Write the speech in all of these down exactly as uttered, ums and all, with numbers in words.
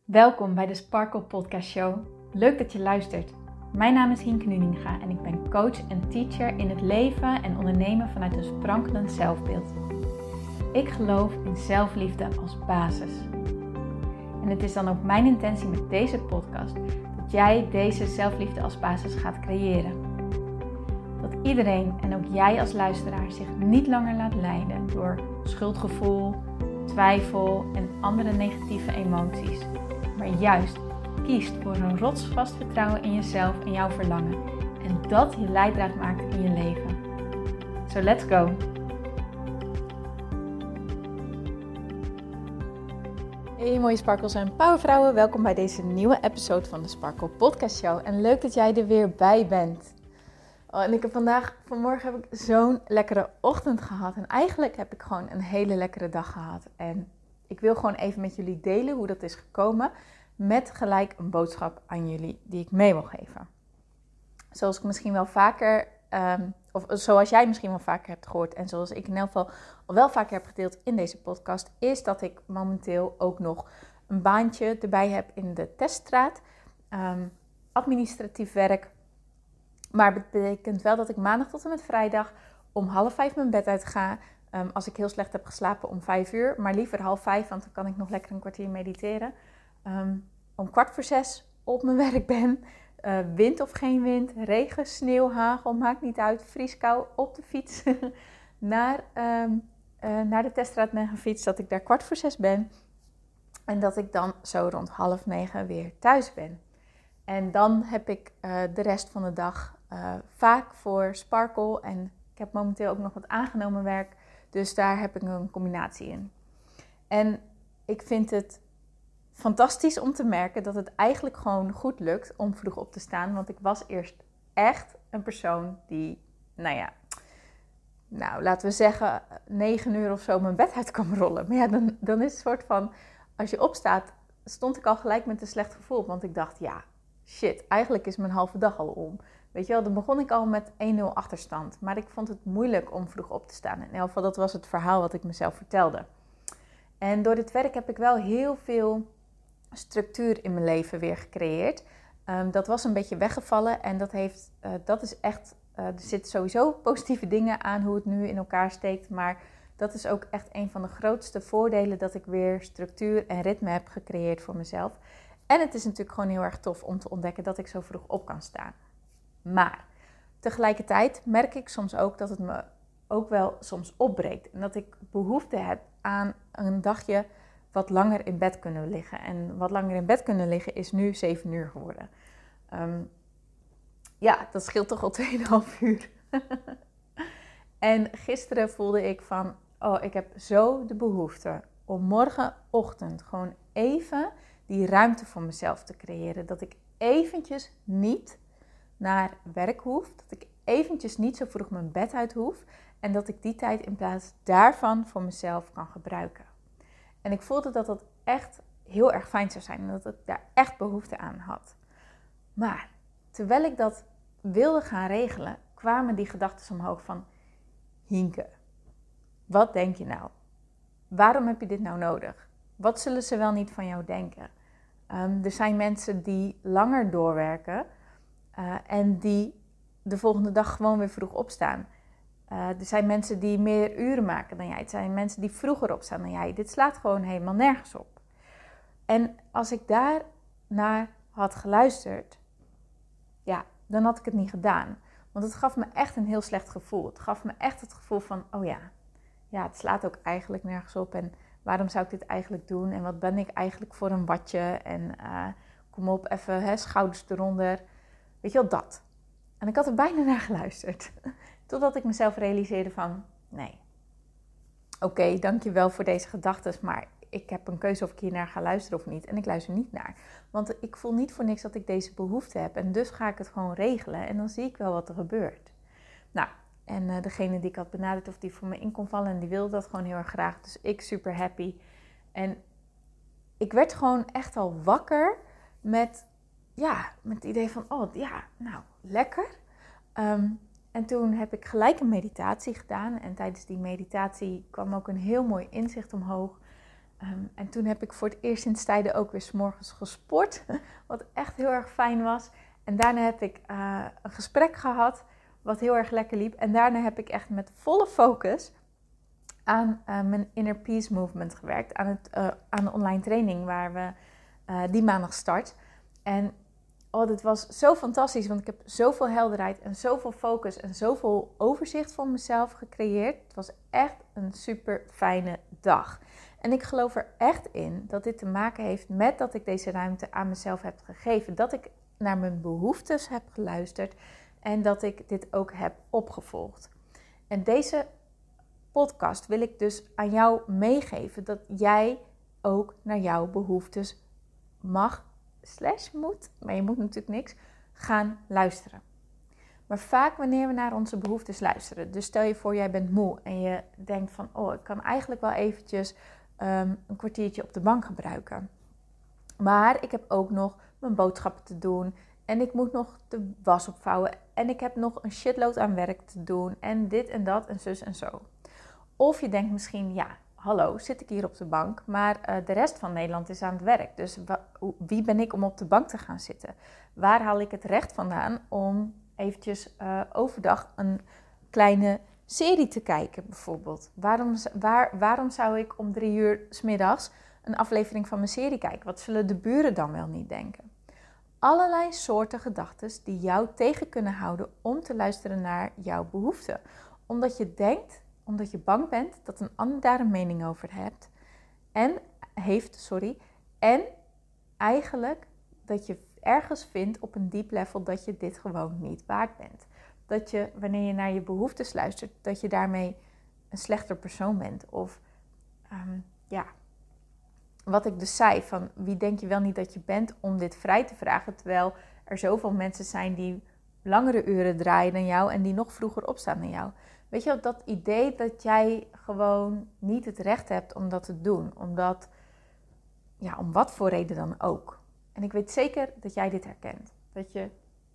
Welkom bij de Sparkle Podcast Show. Leuk dat je luistert. Mijn naam is Hienke Nuninga en ik ben coach en teacher in het leven en ondernemen vanuit een sprankelend zelfbeeld. Ik geloof in zelfliefde als basis. En het is dan ook mijn intentie met deze podcast dat jij deze zelfliefde als basis gaat creëren. Dat iedereen en ook jij als luisteraar zich niet langer laat leiden door schuldgevoel, twijfel en andere negatieve emoties. Maar juist kiest voor een rotsvast vertrouwen in jezelf en jouw verlangen. En dat je leidraad maakt in je leven. So let's go! Hey mooie sparkles en powervrouwen, welkom bij deze nieuwe episode van de Sparkle Podcast Show. En leuk dat jij er weer bij bent. Oh, en ik heb vandaag, vanmorgen heb ik zo'n lekkere ochtend gehad. En eigenlijk heb ik gewoon een hele lekkere dag gehad. En ik wil gewoon even met jullie delen hoe dat is gekomen. Met gelijk een boodschap aan jullie die ik mee wil geven. Zoals ik misschien wel vaker, um, of zoals jij misschien wel vaker hebt gehoord. En zoals ik in elk geval al wel vaker heb gedeeld in deze podcast. Is dat ik momenteel ook nog een baantje erbij heb in de teststraat. Um, administratief werk. Maar het betekent wel dat ik maandag tot en met vrijdag om half vijf mijn bed uit ga. Um, als ik heel slecht heb geslapen om vijf uur. Maar liever half vijf, want dan kan ik nog lekker een kwartier mediteren. Um, om kwart voor zes op mijn werk ben. Uh, wind of geen wind, regen, sneeuw, hagel, maakt niet uit. Vrieskou, op de fiets naar, um, uh, naar de teststraat ben gefietst. Dat ik daar kwart voor zes ben. En dat ik dan zo rond half negen weer thuis ben. En dan heb ik uh, de rest van de dag uh, vaak voor Sparkle. En ik heb momenteel ook nog wat aangenomen werk. Dus daar heb ik een combinatie in. En ik vind het fantastisch om te merken dat het eigenlijk gewoon goed lukt om vroeg op te staan. Want ik was eerst echt een persoon die, nou ja, nou laten we zeggen negen uur of zo mijn bed uit kan rollen. Maar ja, dan, dan is het soort van, als je opstaat, stond ik al gelijk met een slecht gevoel. Want ik dacht, ja, shit, eigenlijk is mijn halve dag al om. Weet je wel, dan begon ik al met één nul achterstand. Maar ik vond het moeilijk om vroeg op te staan. In elk geval, dat was het verhaal wat ik mezelf vertelde. En door dit werk heb ik wel heel veel structuur in mijn leven weer gecreëerd. Um, dat was een beetje weggevallen en dat heeft, uh, dat is echt, uh, er zitten sowieso positieve dingen aan hoe het nu in elkaar steekt, maar dat is ook echt een van de grootste voordelen dat ik weer structuur en ritme heb gecreëerd voor mezelf. En het is natuurlijk gewoon heel erg tof om te ontdekken dat ik zo vroeg op kan staan. Maar tegelijkertijd merk ik soms ook dat het me ook wel soms opbreekt en dat ik behoefte heb aan een dagje wat langer in bed kunnen liggen. En wat langer in bed kunnen liggen is nu zeven uur geworden. Um, ja, dat scheelt toch al twee komma vijf uur. En gisteren voelde ik van, oh, ik heb zo de behoefte om morgenochtend gewoon even die ruimte voor mezelf te creëren. Dat ik eventjes niet naar werk hoef. Dat ik eventjes niet zo vroeg mijn bed uit hoef. En dat ik die tijd in plaats daarvan voor mezelf kan gebruiken. En ik voelde dat dat echt heel erg fijn zou zijn en dat ik daar echt behoefte aan had. Maar terwijl ik dat wilde gaan regelen, kwamen die gedachten omhoog van, Hienke, wat denk je nou? Waarom heb je dit nou nodig? Wat zullen ze wel niet van jou denken? Um, er zijn mensen die langer doorwerken uh, en die de volgende dag gewoon weer vroeg opstaan. Uh, er zijn mensen die meer uren maken dan jij. Het zijn mensen die vroeger opstaan dan jij. Dit slaat gewoon helemaal nergens op. En als ik daar naar had geluisterd, ja, dan had ik het niet gedaan. Want het gaf me echt een heel slecht gevoel. Het gaf me echt het gevoel van, oh ja, ja, het slaat ook eigenlijk nergens op. En waarom zou ik dit eigenlijk doen? En wat ben ik eigenlijk voor een watje? En uh, kom op, even hè, schouders eronder. Weet je wel, dat. En ik had er bijna naar geluisterd. Totdat ik mezelf realiseerde van, nee, oké, okay, dankjewel voor deze gedachten, maar ik heb een keuze of ik hier naar ga luisteren of niet. En ik luister niet naar. Want ik voel niet voor niks dat ik deze behoefte heb. En dus ga ik het gewoon regelen en dan zie ik wel wat er gebeurt. Nou, en uh, degene die ik had benaderd of die voor me in kon vallen, en die wilde dat gewoon heel erg graag. Dus ik super happy. En ik werd gewoon echt al wakker met, ja, met het idee van, oh ja, nou, lekker. Um, En toen heb ik gelijk een meditatie gedaan. En tijdens die meditatie kwam ook een heel mooi inzicht omhoog. Um, en toen heb ik voor het eerst sinds tijden ook weer 's morgens gesport. Wat echt heel erg fijn was. En daarna heb ik uh, een gesprek gehad. Wat heel erg lekker liep. En daarna heb ik echt met volle focus aan uh, mijn Inner Peace Movement gewerkt. Aan, het, uh, aan de online training waar we uh, die maandag start. En oh, dit was zo fantastisch. Want ik heb zoveel helderheid en zoveel focus en zoveel overzicht voor mezelf gecreëerd. Het was echt een super fijne dag. En ik geloof er echt in dat dit te maken heeft met dat ik deze ruimte aan mezelf heb gegeven. Dat ik naar mijn behoeftes heb geluisterd en dat ik dit ook heb opgevolgd. En deze podcast wil ik dus aan jou meegeven dat jij ook naar jouw behoeftes mag, slash moet, maar je moet natuurlijk niks, gaan luisteren. Maar vaak wanneer we naar onze behoeftes luisteren, dus stel je voor jij bent moe en je denkt van, oh, ik kan eigenlijk wel eventjes um, een kwartiertje op de bank gebruiken. Maar ik heb ook nog mijn boodschappen te doen en ik moet nog de was opvouwen en ik heb nog een shitload aan werk te doen en dit en dat en zus en zo. Of je denkt misschien, ja, hallo, zit ik hier op de bank, maar uh, de rest van Nederland is aan het werk. Dus wa- wie ben ik om op de bank te gaan zitten? Waar haal ik het recht vandaan om eventjes uh, overdag een kleine serie te kijken bijvoorbeeld? Waarom, waar, waarom zou ik om drie uur 's middags een aflevering van mijn serie kijken? Wat zullen de buren dan wel niet denken? Allerlei soorten gedachten die jou tegen kunnen houden om te luisteren naar jouw behoeften. Omdat je denkt, omdat je bang bent dat een ander daar een mening over hebt en heeft, sorry, en eigenlijk dat je ergens vindt op een diep level dat je dit gewoon niet waard bent. Dat je, wanneer je naar je behoeftes luistert, dat je daarmee een slechter persoon bent. Of, um, ja, wat ik dus zei, van wie denk je wel niet dat je bent om dit vrij te vragen, terwijl er zoveel mensen zijn die langere uren draaien dan jou en die nog vroeger opstaan dan jou. Weet je wel, dat idee dat jij gewoon niet het recht hebt om dat te doen. Omdat, ja, om wat voor reden dan ook. En ik weet zeker dat jij dit herkent. Dat je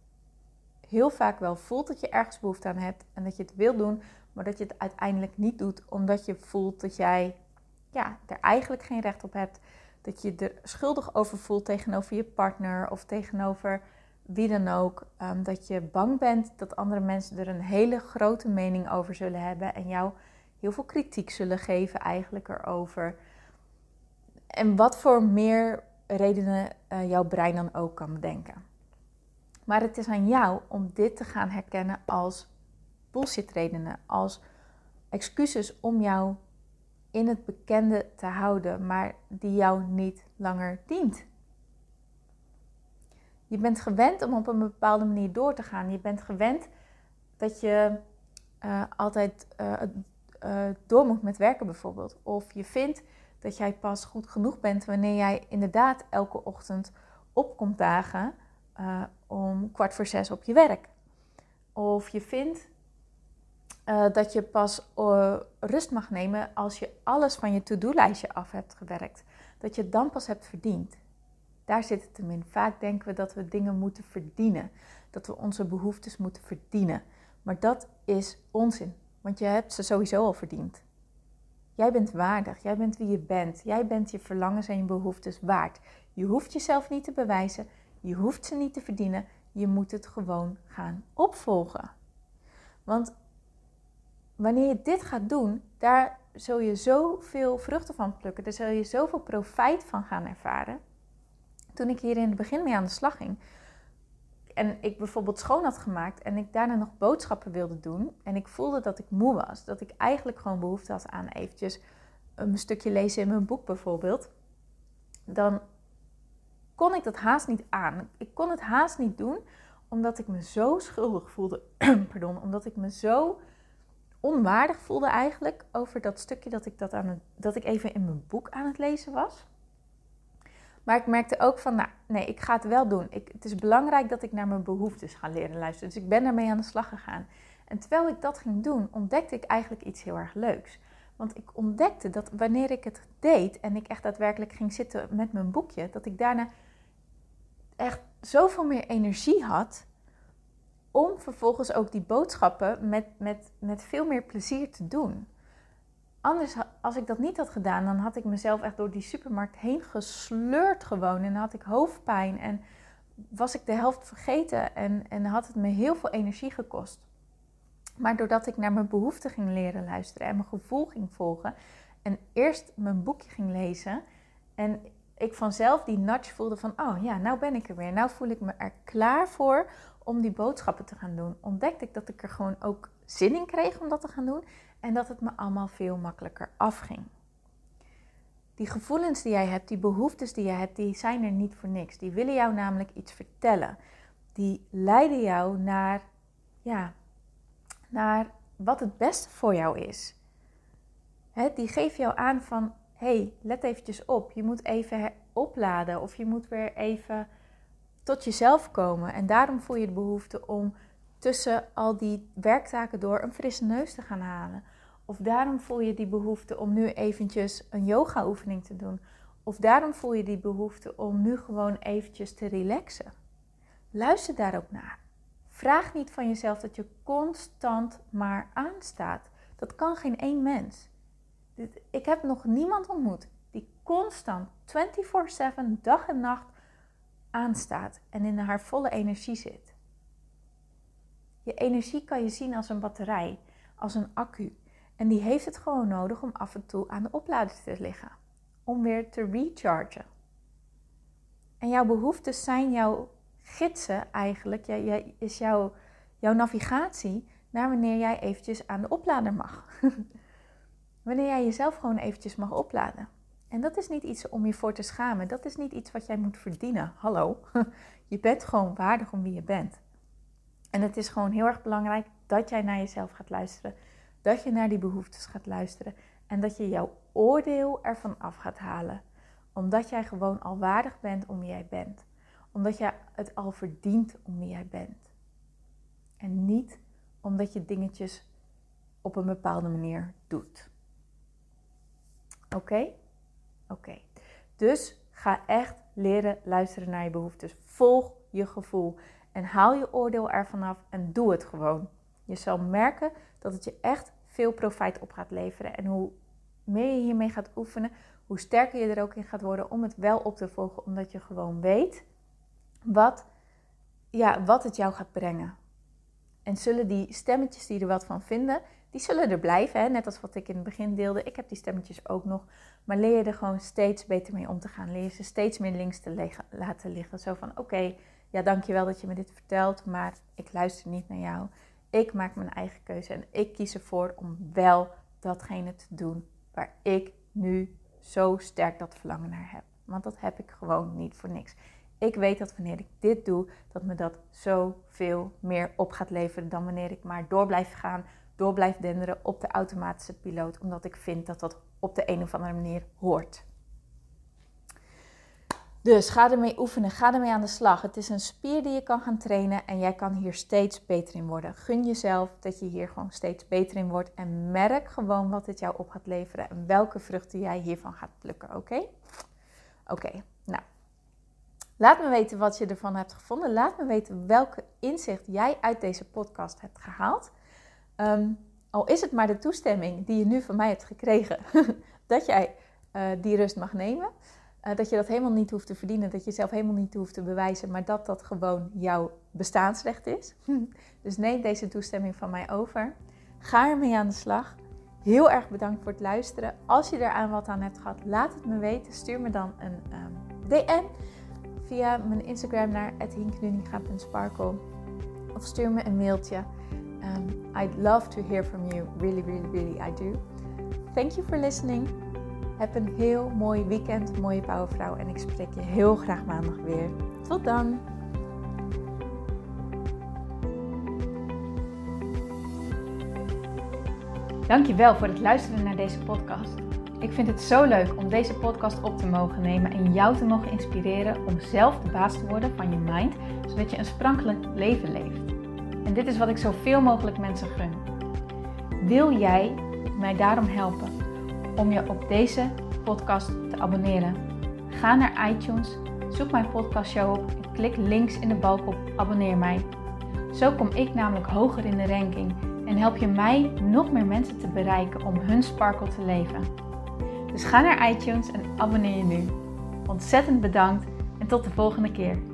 heel vaak wel voelt dat je ergens behoefte aan hebt en dat je het wil doen, maar dat je het uiteindelijk niet doet omdat je voelt dat jij, ja, er eigenlijk geen recht op hebt. Dat je er schuldig over voelt tegenover je partner of tegenover wie dan ook. Um, dat je bang bent dat andere mensen er een hele grote mening over zullen hebben en jou heel veel kritiek zullen geven eigenlijk erover. En wat voor meer redenen uh, jouw brein dan ook kan bedenken. Maar het is aan jou om dit te gaan herkennen als bullshit redenen, als excuses om jou in het bekende te houden, maar die jou niet langer dient. Je bent gewend om op een bepaalde manier door te gaan. Je bent gewend dat je uh, altijd uh, uh, door moet met werken bijvoorbeeld. Of je vindt dat jij pas goed genoeg bent wanneer jij inderdaad elke ochtend opkomt dagen uh, om kwart voor zes op je werk. Of je vindt uh, dat je pas uh, rust mag nemen als je alles van je to-do-lijstje af hebt gewerkt. Dat je het dan pas hebt verdiend. Daar zit het hem in. Vaak denken we dat we dingen moeten verdienen. Dat we onze behoeftes moeten verdienen. Maar dat is onzin. Want je hebt ze sowieso al verdiend. Jij bent waardig. Jij bent wie je bent. Jij bent je verlangens en je behoeftes waard. Je hoeft jezelf niet te bewijzen. Je hoeft ze niet te verdienen. Je moet het gewoon gaan opvolgen. Want wanneer je dit gaat doen, daar zul je zoveel vruchten van plukken. Daar zul je zoveel profijt van gaan ervaren. Toen ik hier in het begin mee aan de slag ging en ik bijvoorbeeld schoon had gemaakt en ik daarna nog boodschappen wilde doen en ik voelde dat ik moe was, dat ik eigenlijk gewoon behoefte had aan eventjes een stukje lezen in mijn boek bijvoorbeeld, dan kon ik dat haast niet aan. Ik kon het haast niet doen omdat ik me zo schuldig voelde, pardon, omdat ik me zo onwaardig voelde eigenlijk over dat stukje dat ik, dat, aan het, dat ik even in mijn boek aan het lezen was. Maar ik merkte ook van, nou, nee, ik ga het wel doen. Ik, het is belangrijk dat ik naar mijn behoeftes ga leren luisteren. Dus ik ben daarmee aan de slag gegaan. En terwijl ik dat ging doen, ontdekte ik eigenlijk iets heel erg leuks. Want ik ontdekte dat wanneer ik het deed en ik echt daadwerkelijk ging zitten met mijn boekje, dat ik daarna echt zoveel meer energie had om vervolgens ook die boodschappen met, met, met veel meer plezier te doen. anders, als ik dat niet had gedaan, dan had ik mezelf echt door die supermarkt heen gesleurd gewoon. En dan had ik hoofdpijn en was ik de helft vergeten en, en had het me heel veel energie gekost. Maar doordat ik naar mijn behoeften ging leren luisteren en mijn gevoel ging volgen en eerst mijn boekje ging lezen en ik vanzelf die nudge voelde van, oh ja, nou ben ik er weer. Nou voel ik me er klaar voor om die boodschappen te gaan doen. Ontdekte ik dat ik er gewoon ook zin in kreeg om dat te gaan doen en dat het me allemaal veel makkelijker afging. Die gevoelens die jij hebt, die behoeftes die jij hebt, die zijn er niet voor niks. Die willen jou namelijk iets vertellen. Die leiden jou naar, ja, naar wat het beste voor jou is. He, die geven jou aan van, hé, hey, let eventjes op. Je moet even opladen of je moet weer even tot jezelf komen. En daarom voel je de behoefte om tussen al die werktaken door een frisse neus te gaan halen. Of daarom voel je die behoefte om nu eventjes een yoga oefening te doen. Of daarom voel je die behoefte om nu gewoon eventjes te relaxen. Luister daar ook naar. Vraag niet van jezelf dat je constant maar aanstaat. Dat kan geen één mens. Ik heb nog niemand ontmoet die constant vierentwintig zeven dag en nacht aanstaat en in haar volle energie zit. Je energie kan je zien als een batterij, als een accu. En die heeft het gewoon nodig om af en toe aan de oplader te liggen. Om weer te rechargen. En jouw behoeftes zijn jouw gidsen eigenlijk. Jij, is jouw, jouw navigatie naar wanneer jij eventjes aan de oplader mag. Wanneer jij jezelf gewoon eventjes mag opladen. En dat is niet iets om je voor te schamen. Dat is niet iets wat jij moet verdienen. Hallo. Je bent gewoon waardig om wie je bent. En het is gewoon heel erg belangrijk dat jij naar jezelf gaat luisteren. Dat je naar die behoeftes gaat luisteren. En dat je jouw oordeel ervan af gaat halen. Omdat jij gewoon al waardig bent om wie jij bent. Omdat jij het al verdient om wie jij bent. En niet omdat je dingetjes op een bepaalde manier doet. Oké? Okay? Oké. Okay. Dus ga echt leren luisteren naar je behoeftes. Volg je gevoel. En haal je oordeel ervan af en doe het gewoon. Je zal merken dat het je echt veel profijt op gaat leveren. En hoe meer je hiermee gaat oefenen, hoe sterker je er ook in gaat worden om het wel op te volgen. Omdat je gewoon weet wat, ja, wat het jou gaat brengen. En zullen die stemmetjes die er wat van vinden, die zullen er blijven. Hè? Net als wat ik in het begin deelde. Ik heb die stemmetjes ook nog. Maar leer je er gewoon steeds beter mee om te gaan. Leer je ze steeds meer links te leg- laten liggen. Zo van, oké, okay, ja, dankjewel dat je me dit vertelt. Maar ik luister niet naar jou. Ik maak mijn eigen keuze. En ik kies ervoor om wel datgene te doen waar ik nu zo sterk dat verlangen naar heb. Want dat heb ik gewoon niet voor niks. Ik weet dat wanneer ik dit doe, dat me dat zoveel meer op gaat leveren dan wanneer ik maar door blijf gaan, door blijf denderen op de automatische piloot. Omdat ik vind dat dat op de een of andere manier hoort. Dus ga ermee oefenen, ga ermee aan de slag. Het is een spier die je kan gaan trainen en jij kan hier steeds beter in worden. Gun jezelf dat je hier gewoon steeds beter in wordt en merk gewoon wat het jou op gaat leveren en welke vruchten jij hiervan gaat plukken, oké? Okay? Oké, okay, nou. Laat me weten wat je ervan hebt gevonden. Laat me weten welke inzicht jij uit deze podcast hebt gehaald. Um, al is het maar de toestemming die je nu van mij hebt gekregen, dat jij uh, die rust mag nemen. Uh, dat je dat helemaal niet hoeft te verdienen, dat je jezelf helemaal niet hoeft te bewijzen, maar dat dat gewoon jouw bestaansrecht is. Dus neem deze toestemming van mij over. Ga ermee aan de slag. Heel erg bedankt voor het luisteren. Als je er aan wat aan hebt gehad, laat het me weten. Stuur me dan een um, D M via mijn Instagram naar at hinknuninga punt sparkle of stuur me een mailtje. Um, I'd love to hear from you. Really, really, really, I do. Thank you for listening. Heb een heel mooi weekend, mooie powervrouw. En ik spreek je heel graag maandag weer. Tot dan! Dankjewel voor het luisteren naar deze podcast. Ik vind het zo leuk om deze podcast op te mogen nemen en jou te mogen inspireren om zelf de baas te worden van je mind, zodat je een sprankelijk leven leeft. En dit is wat ik zoveel mogelijk mensen gun. Wil jij mij daarom helpen om je op deze podcast te abonneren? Ga naar iTunes, zoek mijn podcastshow op en klik links in de balk op abonneer mij. Zo kom ik namelijk hoger in de ranking en help je mij nog meer mensen te bereiken om hun sparkle te leven. Dus ga naar iTunes en abonneer je nu. Ontzettend bedankt en tot de volgende keer.